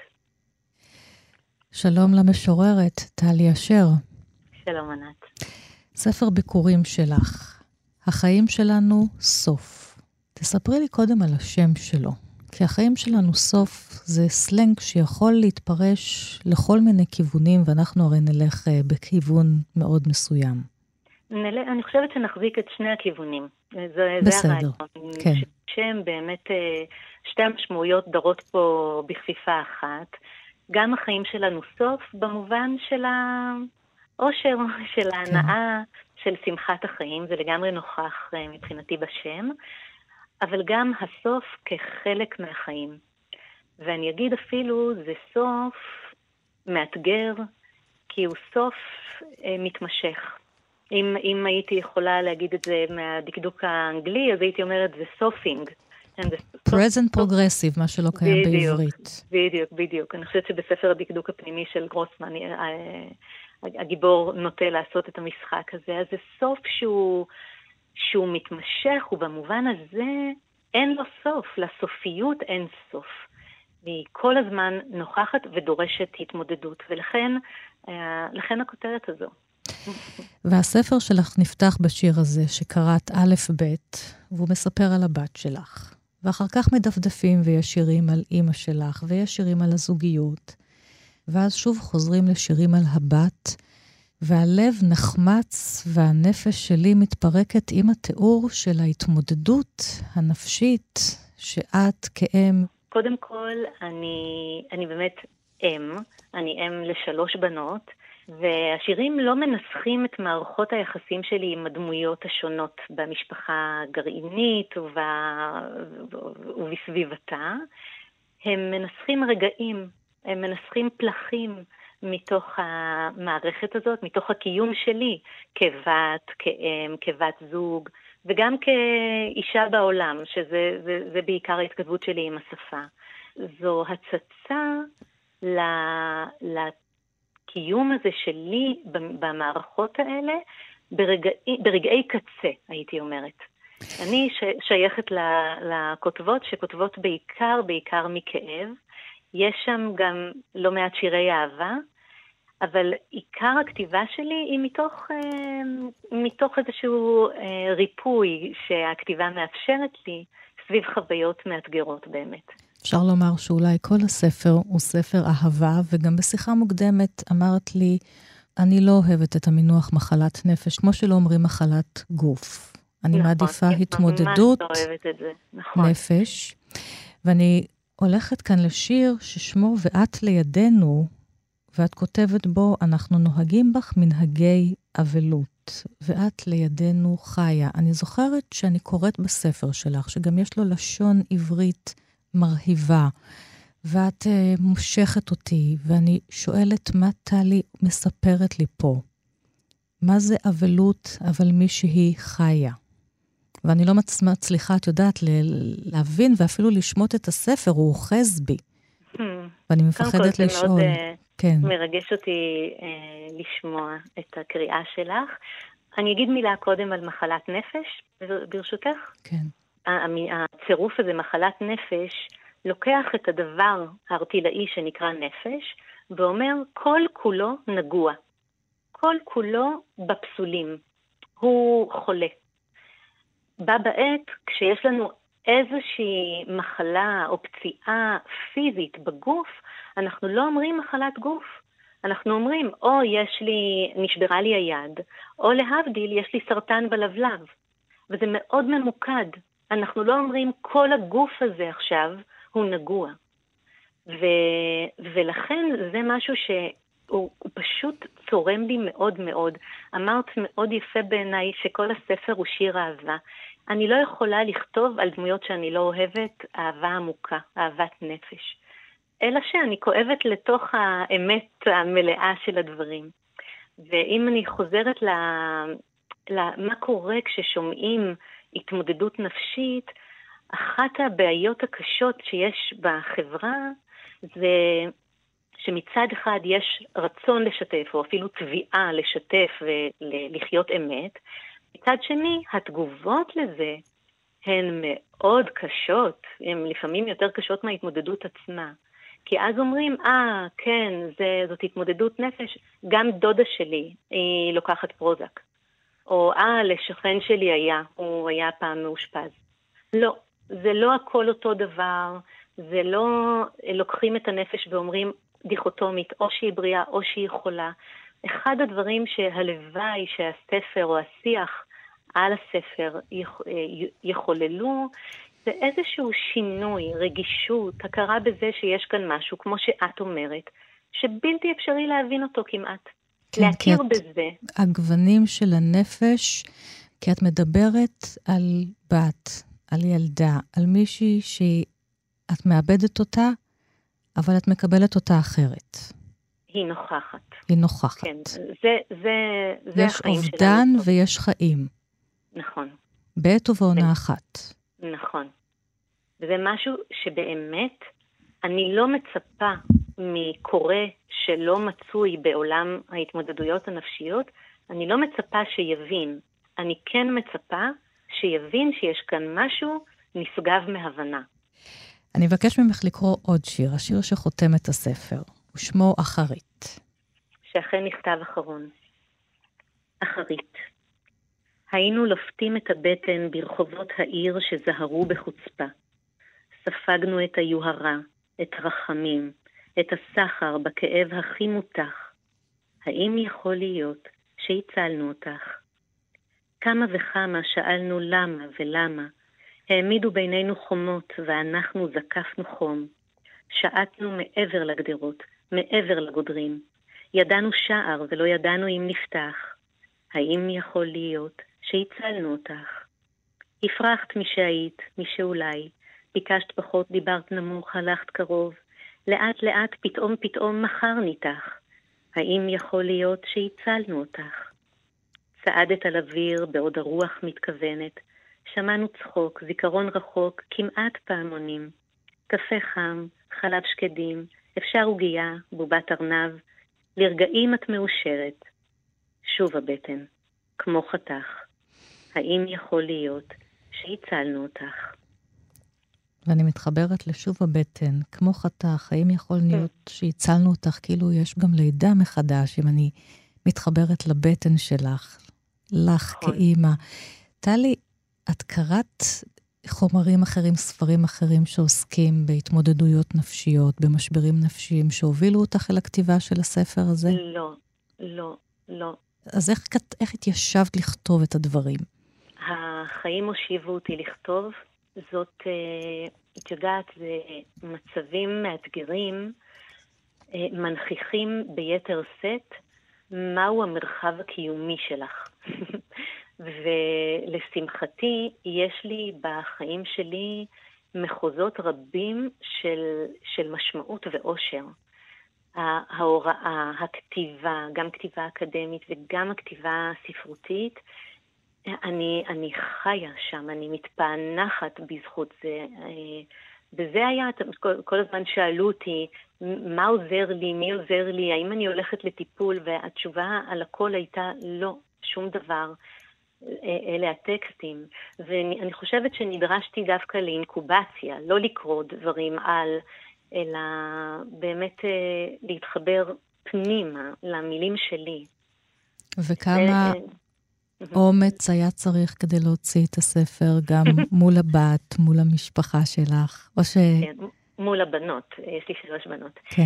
שלום למשוררת, טלי אשר. שלום ענת. ספר ביקורים שלך, החיים שלנו סוף. תספרי לי קודם על השם שלו, כי החיים שלנו סוף זה סלנג שיכול להתפרש לכל מיני כיוונים, ואנחנו הרי נלך בכיוון מאוד מסוים. נל... אני חושבת שנחזיק את שני הכיוונים. זה, בסדר, זה כן. שם באמת, שתי המשמעויות דרות פה בכפיפה אחת. גם החיים שלנו סוף במובן של האושר, של ההנאה, כן. של שמחת החיים, זה לגמרי נוכח מבחינתי בשם, אבל גם הסוף כחלק מהחיים. ואני אגיד אפילו, זה סוף מאתגר, כי הוא סוף אה, מתמשך. אם, אם הייתי יכולה להגיד את זה מהדקדוק האנגלי, אז הייתי אומרת, זה סופינג. present progressive, מה שלא קיים בעברית. בדיוק, בדיוק. אני חושבת שבספר הדקדוק הפנימי של גרוסמן, הגיבור נוטה לעשות את המשחק הזה, אז זה סוף שהוא, שהוא מתמשך, ובמובן הזה אין לו סוף, לסופיות אין סוף. והיא כל הזמן נוכחת ודורשת התמודדות, ולכן לכן הכותרת הזו. והספר שלך נפתח בשיר הזה שקראת א' ב', והוא מספר על הבת שלך. ואחר כך מדפדפים ויש שירים על אמא שלך, ויש שירים על הזוגיות. ואז שוב חוזרים לשירים על הבת, והלב נחמץ והנפש שלי מתפרקת עם התיאור של ההתמודדות הנפשית שאת כאם. קודם כל, אני, אני באמת אם, אני אם לשלוש בנות, והשירים לא מנסחים את מערכות היחסים שלי עם הדמויות השונות במשפחה הגרעינית ובה, ובסביבתה. הם מנסחים רגעים, הם מנסחים פלחים מתוך המערכת הזאת, מתוך הקיום שלי, כבת, כאם, כבת זוג, וגם כאישה בעולם, שזה זה, זה בעיקר ההתכתבות שלי עם השפה. זו הצצה ל... לקיום הזה שלי במערכות האלה, ברגעי, ברגעי קצה, הייתי אומרת. אני ש, שייכת לכותבות שכותבות בעיקר, בעיקר מכאב. יש שם גם לא מעט שירי אהבה, אבל עיקר הכתיבה שלי היא מתוך, מתוך איזשהו ריפוי שהכתיבה מאפשרת לי סביב חוויות מאתגרות באמת. אפשר לומר שאולי כל הספר הוא ספר אהבה, וגם בשיחה מוקדמת אמרת לי, אני לא אוהבת את המינוח מחלת נפש, כמו שלא אומרים מחלת גוף. אני נכון, מעדיפה אני התמודדות ממש לא אוהבת את זה. נכון. נפש, ואני הולכת כאן לשיר ששמו ואת לידינו, ואת כותבת בו, אנחנו נוהגים בך מנהגי אבלות, ואת לידינו חיה. אני זוכרת שאני קוראת בספר שלך, שגם יש לו לשון עברית מרהיבה, ואת uh, מושכת אותי, ואני שואלת מה טלי מספרת לי פה. מה זה אבלות, אבל מישהי חיה? ואני לא מצליחה, את יודעת, להבין ואפילו לשמות את הספר, הוא אוחז בי. ואני מפחדת לשאול. קודם כל זה מאוד כן. מרגש אותי אה, לשמוע את הקריאה שלך. אני אגיד מילה קודם על מחלת נפש, ברשותך. כן. הצירוף הזה, מחלת נפש, לוקח את הדבר הארטילאי שנקרא נפש, ואומר כל כולו נגוע. כל כולו בפסולים. הוא חולה. בה בעת, כשיש לנו איזושהי מחלה או פציעה פיזית בגוף, אנחנו לא אומרים מחלת גוף. אנחנו אומרים, או יש לי, נשברה לי היד, או להבדיל, יש לי סרטן בלבלב. וזה מאוד ממוקד. אנחנו לא אומרים, כל הגוף הזה עכשיו הוא נגוע. ו, ולכן זה משהו שהוא פשוט צורם לי מאוד מאוד. אמרת מאוד יפה בעיניי שכל הספר הוא שיר אהבה. אני לא יכולה לכתוב על דמויות שאני לא אוהבת אהבה עמוקה, אהבת נפש. אלא שאני כואבת לתוך האמת המלאה של הדברים. ואם אני חוזרת ל... למה קורה כששומעים התמודדות נפשית, אחת הבעיות הקשות שיש בחברה זה שמצד אחד יש רצון לשתף, או אפילו תביעה לשתף ולחיות אמת, מצד שני, התגובות לזה הן מאוד קשות, הן לפעמים יותר קשות מההתמודדות עצמה. כי אז אומרים, אה, כן, זה, זאת התמודדות נפש, גם דודה שלי היא לוקחת פרוזק. או, אה, לשכן שלי היה, הוא היה פעם מאושפז. לא, זה לא הכל אותו דבר, זה לא לוקחים את הנפש ואומרים דיכוטומית, או שהיא בריאה או שהיא חולה. אחד הדברים שהלוואי שהספר או השיח על הספר יחוללו, זה איזשהו שינוי, רגישות, הכרה בזה שיש כאן משהו, כמו שאת אומרת, שבלתי אפשרי להבין אותו כמעט. כן, להכיר את, בזה. הגוונים של הנפש, כי את מדברת על בת, על ילדה, על מישהי שאת מאבדת אותה, אבל את מקבלת אותה אחרת. היא נוכחת. היא נוכחת. כן, זה, זה, זה יש אובדן ויש חיים. נכון. בעת ובעונה אחת. נכון. וזה משהו שבאמת אני לא מצפה מקורא שלא מצוי בעולם ההתמודדויות הנפשיות, אני לא מצפה שיבין. אני כן מצפה שיבין שיש כאן משהו נשגב מהבנה. אני מבקש ממך לקרוא עוד שיר, השיר שחותם את הספר, ושמו אחרית. שאכן נכתב אחרון. אחרית. היינו לופתים את הבטן ברחובות העיר שזהרו בחוצפה. ספגנו את היוהרה, את רחמים, את הסחר בכאב הכי מותח. האם יכול להיות שהצלנו אותך? כמה וכמה שאלנו למה ולמה, העמידו בינינו חומות ואנחנו זקפנו חום. שעטנו מעבר לגדרות, מעבר לגודרים. ידענו שער ולא ידענו אם נפתח. האם יכול להיות שהצלנו אותך? הפרחת מי שהיית, מי שאולי. ביקשת פחות, דיברת נמוך, הלכת קרוב. לאט לאט פתאום פתאום מחר ניתך. האם יכול להיות שהצלנו אותך? צעדת על אוויר בעוד הרוח מתכוונת. שמענו צחוק, זיכרון רחוק, כמעט פעמונים. קפה חם, חלב שקדים, אפשר עוגיה, בובת ארנב. לרגעים את מאושרת. שוב הבטן, כמו חתך. האם יכול להיות שהצלנו אותך? ואני מתחברת לשוב הבטן, כמו חתך, האם יכול להיות שהצלנו אותך, כאילו יש גם לידה מחדש, אם אני מתחברת לבטן שלך, לך כאימא. טלי, את קראת חומרים אחרים, ספרים אחרים שעוסקים בהתמודדויות נפשיות, במשברים נפשיים, שהובילו אותך אל הכתיבה של הספר הזה? לא, לא. לא. אז איך, איך התיישבת לכתוב את הדברים? החיים הושיבו אותי לכתוב. זאת, את יודעת, זה מצבים מאתגרים, מנכיחים ביתר סט, מהו המרחב הקיומי שלך. ולשמחתי, יש לי בחיים שלי מחוזות רבים של, של משמעות ואושר. ההוראה, הכתיבה, גם כתיבה אקדמית וגם הכתיבה הספרותית, אני, אני חיה שם, אני מתפענחת בזכות זה. וזה היה, כל, כל הזמן שאלו אותי, מה עוזר לי, מי עוזר לי, האם אני הולכת לטיפול, והתשובה על הכל הייתה לא, שום דבר. אלה הטקסטים. ואני חושבת שנדרשתי דווקא לאינקובציה, לא לקרוא דברים על, אלא באמת להתחבר פנימה למילים שלי. וכמה אומץ היה צריך כדי להוציא את הספר, גם מול הבת, מול המשפחה שלך, או ש... כן, מול הבנות, יש לי שלוש בנות. כן.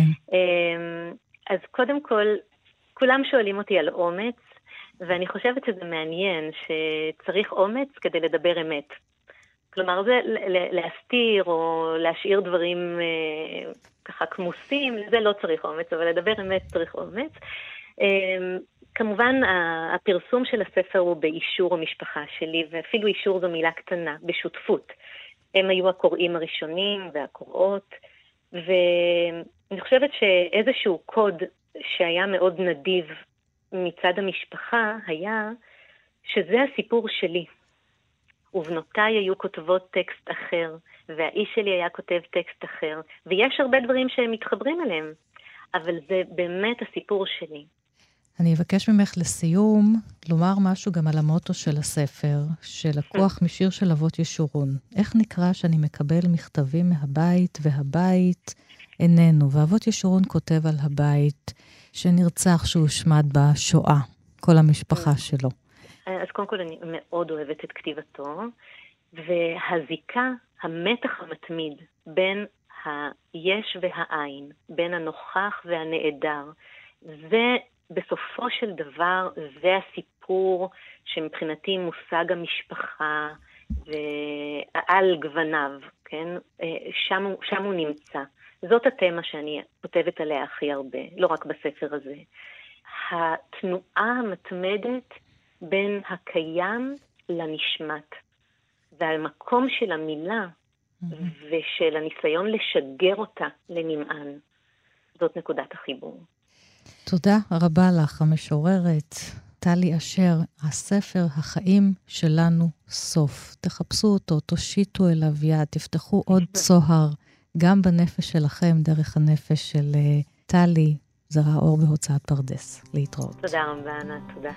אז קודם כל, כולם שואלים אותי על אומץ, ואני חושבת שזה מעניין שצריך אומץ כדי לדבר אמת. כלומר, זה להסתיר או להשאיר דברים אה, ככה כמוסים, לזה לא צריך אומץ, אבל לדבר אמת צריך אומץ. אה, כמובן, הפרסום של הספר הוא באישור המשפחה שלי, ואפילו אישור זו מילה קטנה, בשותפות. הם היו הקוראים הראשונים והקוראות, ואני חושבת שאיזשהו קוד שהיה מאוד נדיב מצד המשפחה היה שזה הסיפור שלי. ובנותיי היו כותבות טקסט אחר, והאיש שלי היה כותב טקסט אחר, ויש הרבה דברים שהם מתחברים אליהם, אבל זה באמת הסיפור שלי. אני אבקש ממך לסיום לומר משהו גם על המוטו של הספר, שלקוח משיר של אבות ישורון. איך נקרא שאני מקבל מכתבים מהבית, והבית איננו, ואבות ישורון כותב על הבית שנרצח שהושמד בשואה, כל המשפחה שלו. אז קודם כל אני מאוד אוהבת את כתיבתו, והזיקה, המתח המתמיד בין היש והעין, בין הנוכח והנעדר, זה בסופו של דבר, זה הסיפור שמבחינתי מושג המשפחה ועל גווניו, כן? שם, שם הוא נמצא. זאת התמה שאני כותבת עליה הכי הרבה, לא רק בספר הזה. התנועה המתמדת בין הקיים לנשמת, והמקום של המילה ושל הניסיון לשגר אותה לנמען. זאת נקודת החיבור. תודה רבה לך, המשוררת טלי אשר. הספר החיים שלנו סוף. תחפשו אותו, תושיטו אליו יד, תפתחו עוד צוהר, גם בנפש שלכם, דרך הנפש של טלי. זרע אור בהוצאת פרדס. להתראות. תודה רבה, ענת, תודה.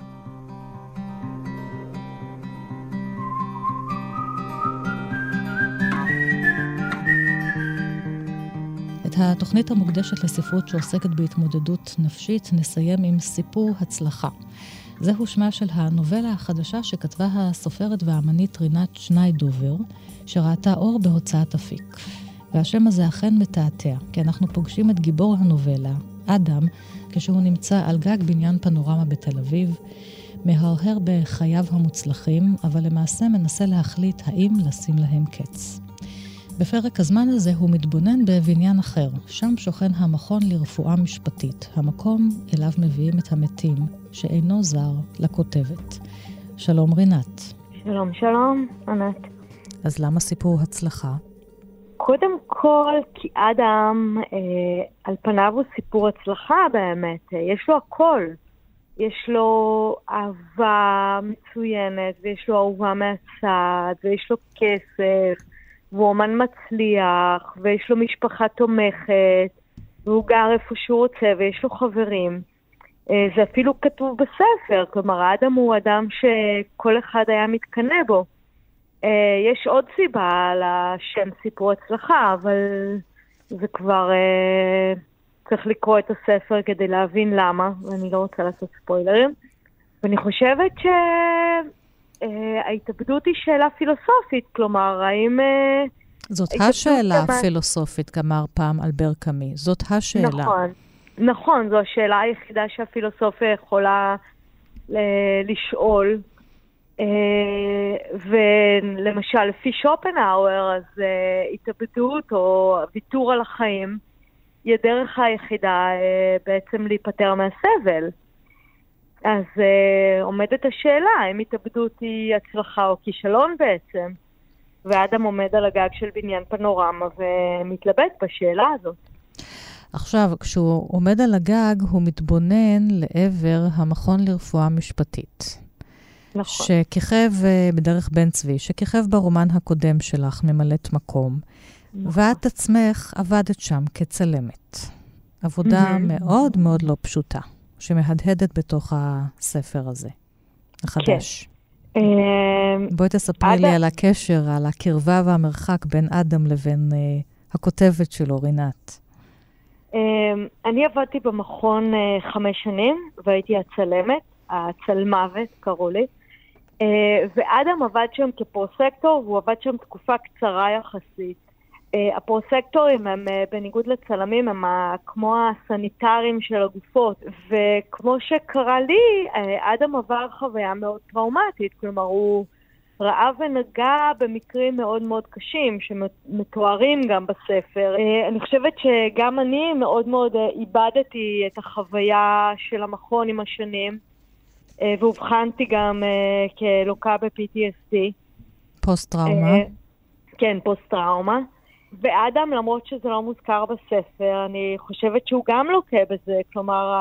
את התוכנית המוקדשת לספרות שעוסקת בהתמודדות נפשית נסיים עם סיפור הצלחה. זהו שמה של הנובלה החדשה שכתבה הסופרת והאמנית רינת שניידובר, שראתה אור בהוצאת אפיק. והשם הזה אכן מתעתע, כי אנחנו פוגשים את גיבור הנובלה, אדם, כשהוא נמצא על גג בניין פנורמה בתל אביב, מהרהר בחייו המוצלחים, אבל למעשה מנסה להחליט האם לשים להם קץ. בפרק הזמן הזה הוא מתבונן בבניין אחר, שם שוכן המכון לרפואה משפטית, המקום אליו מביאים את המתים, שאינו זר לכותבת. שלום רינת. שלום, שלום, ענת. אז למה סיפור הצלחה? קודם כל, כי אדם, אה, על פניו הוא סיפור הצלחה באמת, יש לו הכל. יש לו אהבה מצוינת, ויש לו אהובה מהצד, ויש לו כסף, והוא אומן מצליח, ויש לו משפחה תומכת, והוא גר איפה שהוא רוצה, ויש לו חברים. זה אפילו כתוב בספר, כלומר, האדם הוא אדם שכל אחד היה מתקנה בו. יש עוד סיבה לשם סיפור הצלחה, אבל זה כבר צריך לקרוא את הספר כדי להבין למה, ואני לא רוצה לעשות ספוילרים. ואני חושבת ש... ההתאבדות היא שאלה פילוסופית, כלומר, האם... זאת השאלה הפילוסופית, כמר פעם אלבר קאמי, זאת השאלה. נכון, נכון, זו השאלה היחידה שהפילוסופיה יכולה לשאול. ולמשל, לפי שופנהאואר, אז התאבדות או ויתור על החיים היא הדרך היחידה בעצם להיפטר מהסבל. אז עומדת השאלה, האם התאבדות היא הצלחה או כישלון בעצם? ואדם עומד על הגג של בניין פנורמה ומתלבט בשאלה הזאת. עכשיו, כשהוא עומד על הגג, הוא מתבונן לעבר המכון לרפואה משפטית. נכון. שכיכב בדרך בן צבי, שכיכב ברומן הקודם שלך, ממלאת מקום. נכון. ואת עצמך עבדת שם כצלמת. עבודה mm-hmm. מאוד מאוד לא פשוטה, שמהדהדת בתוך הספר הזה, החדש. כן. בואי תספרי לי על הקשר, על הקרבה והמרחק בין אדם לבין uh, הכותבת שלו, רינת. Um, אני עבדתי במכון uh, חמש שנים, והייתי הצלמת, הצלמוות, קראו לי. Uh, ואדם עבד שם כפרוסקטור, והוא עבד שם תקופה קצרה יחסית. Uh, הפרוסקטורים הם, uh, בניגוד לצלמים, הם uh, כמו הסניטרים של הגופות. וכמו שקרה לי, uh, אדם עבר חוויה מאוד טראומטית. כלומר, הוא ראה ונגע במקרים מאוד מאוד קשים, שמתוארים גם בספר. Uh, אני חושבת שגם אני מאוד מאוד uh, איבדתי את החוויה של המכון עם השנים. והובחנתי גם uh, כלוקה ב-פי טי אס די. פוסט-טראומה. Uh, כן, פוסט-טראומה. ואדם, למרות שזה לא מוזכר בספר, אני חושבת שהוא גם לוקה בזה. כלומר,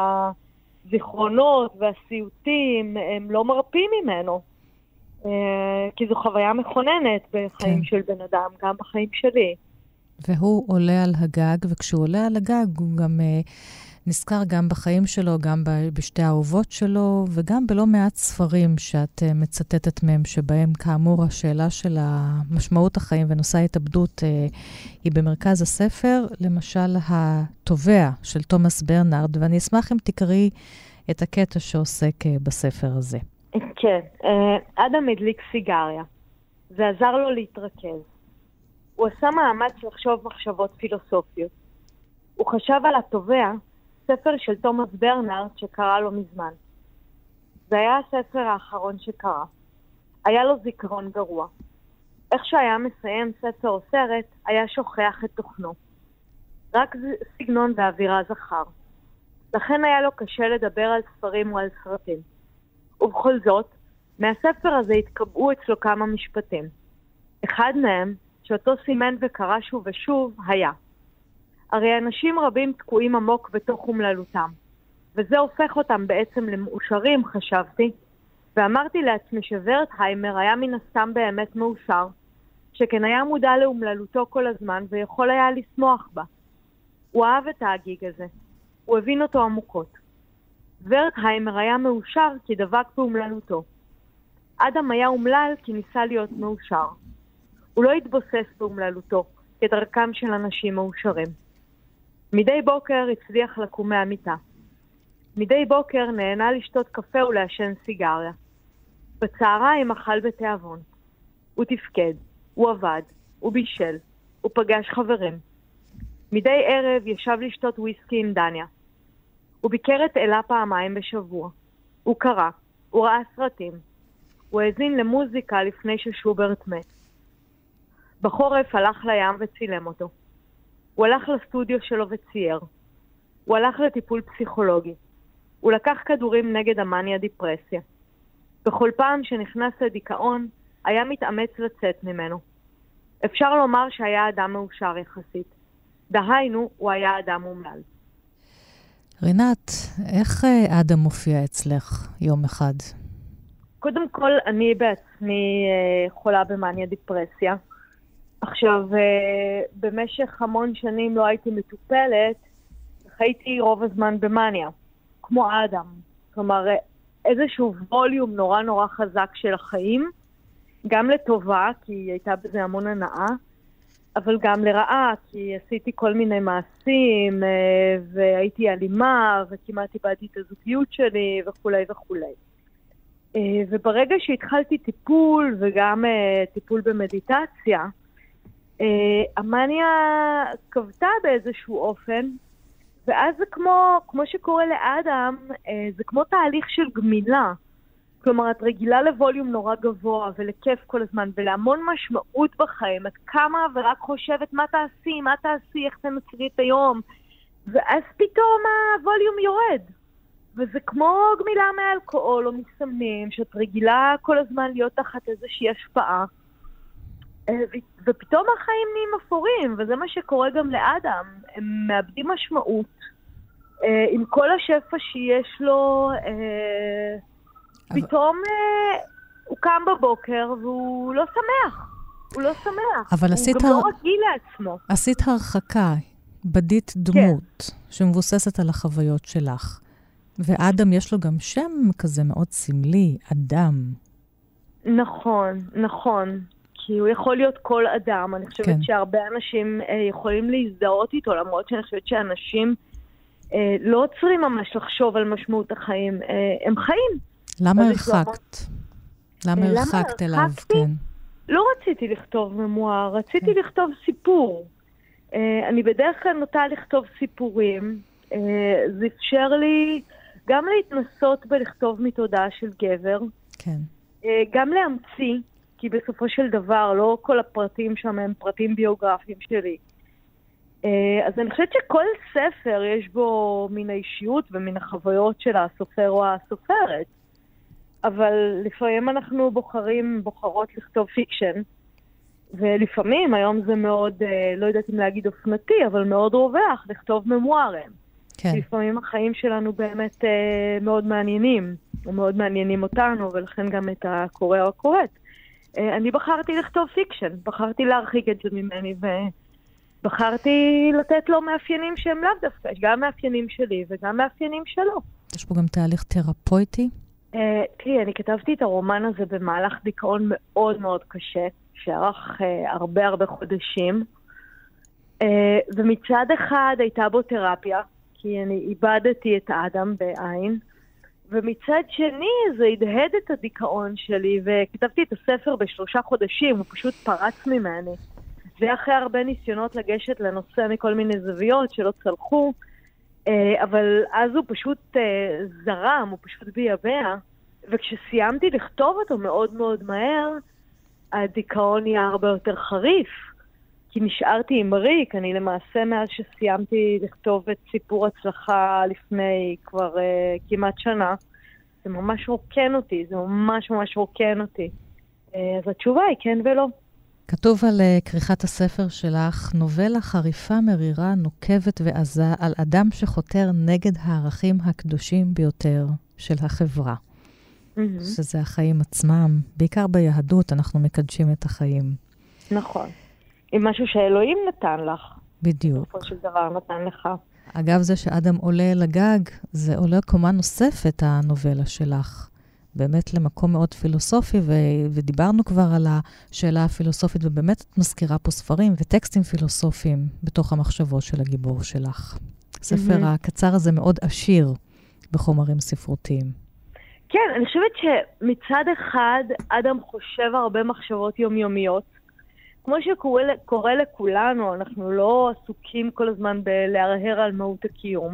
הזיכרונות והסיוטים הם לא מרפים ממנו. Uh, כי זו חוויה מכוננת בחיים כן. של בן אדם, גם בחיים שלי. והוא עולה על הגג, וכשהוא עולה על הגג הוא גם... Uh, נזכר גם בחיים שלו, גם בשתי האהובות שלו, וגם בלא מעט ספרים שאת uh, מצטטת מהם, שבהם כאמור השאלה של משמעות החיים ונושא ההתאבדות uh, היא במרכז הספר, למשל התובע של תומאס ברנארד, ואני אשמח אם תקראי את הקטע שעוסק uh, בספר הזה. כן, אדם הדליק סיגריה. זה עזר לו להתרכז. הוא עשה מאמץ לחשוב מחשבות פילוסופיות. הוא חשב על התובע, ספר של תומאס ברנארד שקרא לו מזמן. זה היה הספר האחרון שקרא. היה לו זיכרון גרוע. איך שהיה מסיים ספר או סרט, היה שוכח את תוכנו. רק סגנון ואווירה זכר. לכן היה לו קשה לדבר על ספרים או על סרטים. ובכל זאת, מהספר הזה התקבעו אצלו כמה משפטים. אחד מהם, שאותו סימן וקרא שוב ושוב, היה: הרי אנשים רבים תקועים עמוק בתוך אומללותם, וזה הופך אותם בעצם למאושרים, חשבתי, ואמרתי לעצמי שוורטהיימר היה מן הסתם באמת מאושר, שכן היה מודע לאומללותו כל הזמן ויכול היה לשמוח בה. הוא אהב את ההגיג הזה, הוא הבין אותו עמוקות. וורטהיימר היה מאושר כי דבק באומללותו. אדם היה אומלל כי ניסה להיות מאושר. הוא לא התבוסס באומללותו כדרכם של אנשים מאושרים. מדי בוקר הצליח לקום מהמיטה. מדי בוקר נהנה לשתות קפה ולעשן סיגריה. בצהריים אכל בתיאבון. הוא תפקד, הוא עבד, הוא בישל, הוא פגש חברים. מדי ערב ישב לשתות וויסקי עם דניה. הוא ביקר את אלה פעמיים בשבוע. הוא קרא, הוא ראה סרטים. הוא האזין למוזיקה לפני ששוברט מת. בחורף הלך לים וצילם אותו. הוא הלך לסטודיו שלו וצייר. הוא הלך לטיפול פסיכולוגי. הוא לקח כדורים נגד המניה דיפרסיה. בכל פעם שנכנס לדיכאון, היה מתאמץ לצאת ממנו. אפשר לומר שהיה אדם מאושר יחסית. דהיינו, הוא היה אדם אומלל. רינת, איך אדם מופיע אצלך יום אחד? קודם כל, אני בעצמי חולה במניה דיפרסיה. עכשיו, במשך המון שנים לא הייתי מטופלת, חייתי רוב הזמן במניה, כמו אדם. כלומר, איזשהו ווליום נורא נורא חזק של החיים, גם לטובה, כי הייתה בזה המון הנאה, אבל גם לרעה, כי עשיתי כל מיני מעשים, והייתי אלימה, וכמעט איבדתי את הזוגיות שלי, וכו' וכו'. וברגע שהתחלתי טיפול, וגם טיפול במדיטציה, המניה קבתה באיזשהו אופן, ואז זה כמו, כמו שקורה לאדם, זה כמו תהליך של גמילה. כלומר, את רגילה לווליום נורא גבוה ולכיף כל הזמן, ולהמון משמעות בחיים. את קמה ורק חושבת מה תעשי, מה תעשי, איך תנצרי את היום. ואז פתאום הווליום יורד. וזה כמו גמילה מאלכוהול או מסמים, שאת רגילה כל הזמן להיות תחת איזושהי השפעה. ופתאום החיים נהיים אפורים, וזה מה שקורה גם לאדם. הם מאבדים משמעות. עם כל השפע שיש לו, פתאום הוא קם בבוקר והוא לא שמח. הוא לא שמח. אבל הוא גם לא רגיל לעצמו. עשית הרחקה, בדית דמות, שמבוססת על החוויות שלך. ואדם יש לו גם שם כזה מאוד סמלי, אדם. נכון, נכון. כי הוא יכול להיות כל אדם. אני חושבת כן. שהרבה אנשים אה, יכולים להזדהות איתו, למרות שאני חושבת שאנשים אה, לא עוצרים ממש לחשוב על משמעות החיים. אה, הם חיים. למה הרחקת? למה אה, הרחקת אליו? כן. לא רציתי לכתוב ממואר, רציתי כן. לכתוב סיפור. אה, אני בדרך כלל נוטה לכתוב סיפורים. אה, זה אפשר לי גם להתנסות בלכתוב מתודעה של גבר. כן. אה, גם להמציא. כי בסופו של דבר, לא כל הפרטים שם הם פרטים ביוגרפיים שלי. אז אני חושבת שכל ספר יש בו מן האישיות ומן החוויות של הסופר או הסופרת. אבל לפעמים אנחנו בוחרים, בוחרות לכתוב פיקשן, ולפעמים, היום זה מאוד, לא יודעת אם להגיד אופנתי, אבל מאוד רווח לכתוב ממוארים. כן. לפעמים החיים שלנו באמת מאוד מעניינים, ומאוד מעניינים אותנו, ולכן גם את הקורא או הקוראת. אני בחרתי לכתוב פיקשן, בחרתי להרחיק את זה ממני, ובחרתי לתת לו מאפיינים שהם לאו דווקא, גם מאפיינים שלי וגם מאפיינים שלו. יש פה גם תהליך תרפויטי? תראי, אני כתבתי את הרומן הזה במהלך דיכאון מאוד מאוד קשה, שערך הרבה הרבה חודשים, ומצד אחד הייתה בו תרפיה, כי אני איבדתי את האדם בעין, ומצד שני זה הדהד את הדיכאון שלי, וכתבתי את הספר בשלושה חודשים, הוא פשוט פרץ ממני. זה אחרי הרבה ניסיונות לגשת לנושא מכל מיני זוויות שלא צלחו, אבל אז הוא פשוט זרם, הוא פשוט ביבע, וכשסיימתי לכתוב אותו מאוד מאוד מהר, הדיכאון נהיה הרבה יותר חריף, כי נשארתי עם ריק. אני למעשה מאז שסיימתי לכתוב את סיפור הצלחה לפני כבר uh, כמעט שנה, זה ממש רוקן אותי, זה ממש ממש רוקן אותי. Uh, אז התשובה היא כן ולא. כתוב על uh, כריכת הספר שלך, נובלה חריפה, מרירה, נוקבת ועזה, על אדם שחותר נגד הערכים הקדושים ביותר של החברה. Mm-hmm. שזה החיים עצמם. בעיקר ביהדות אנחנו מקדשים את החיים. נכון. עם משהו שאלוהים נתן לך. בדיוק. בסופו של דבר נתן לך. אגב, זה שאדם עולה לגג, זה עולה קומה נוספת, הנובלה שלך. באמת למקום מאוד פילוסופי, ו- ודיברנו כבר על השאלה הפילוסופית, ובאמת את מזכירה פה ספרים וטקסטים פילוסופיים בתוך המחשבות של הגיבור שלך. הספר mm-hmm. הקצר הזה מאוד עשיר בחומרים ספרותיים. כן, אני חושבת שמצד אחד אדם חושב הרבה מחשבות יומיומיות, כמו שקורה לכולנו, אנחנו לא עסוקים כל הזמן בלהרהר על מהות הקיום.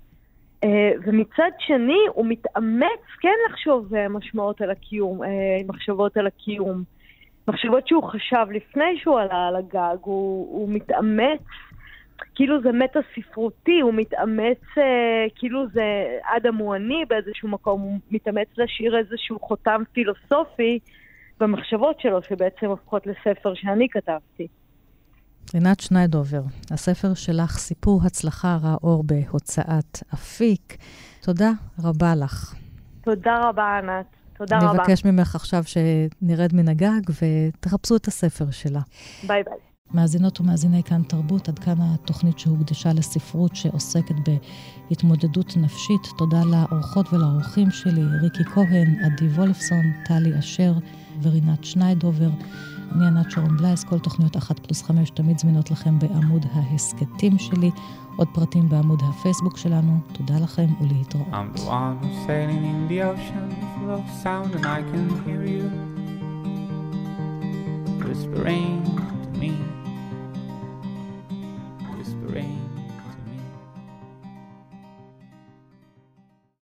ומצד שני, הוא מתאמץ כן לחשוב משמעות על הקיום, מחשבות על הקיום. מחשבות שהוא חשב לפני שהוא עלה על הגג, הוא, הוא מתאמץ, כאילו זה מטה ספרותי, הוא מתאמץ, כאילו זה אדם הוא אני באיזשהו מקום, הוא מתאמץ להשאיר איזשהו חותם פילוסופי, במחשבות שלו, שבעצם הופכות לספר שאני כתבתי. רינת שניידובר, הספר שלך, סיפור הצלחה רע אור בהוצאת אפיק. תודה רבה לך. תודה רבה, ענת. תודה אני רבה. אני מבקש ממך עכשיו שנרד מן הגג ותחפשו את הספר שלה. ביי ביי. מאזינות ומאזיני כאן תרבות, עד כאן התוכנית שהוקדשה לספרות שעוסקת בהתמודדות נפשית. תודה לאורחות ולאורחים שלי, ריקי כהן, עדי וולפסון, טלי אשר ורינת שניידובר. אני ענת שרון בלייס, כל תוכניות אחת פלוס חמש תמיד זמינות לכם בעמוד ההסקטים שלי, עוד פרטים בעמוד הפייסבוק שלנו. תודה לכם ולהתראות. I'm the one who's sailing in the ocean full of sound and I can hear you whispering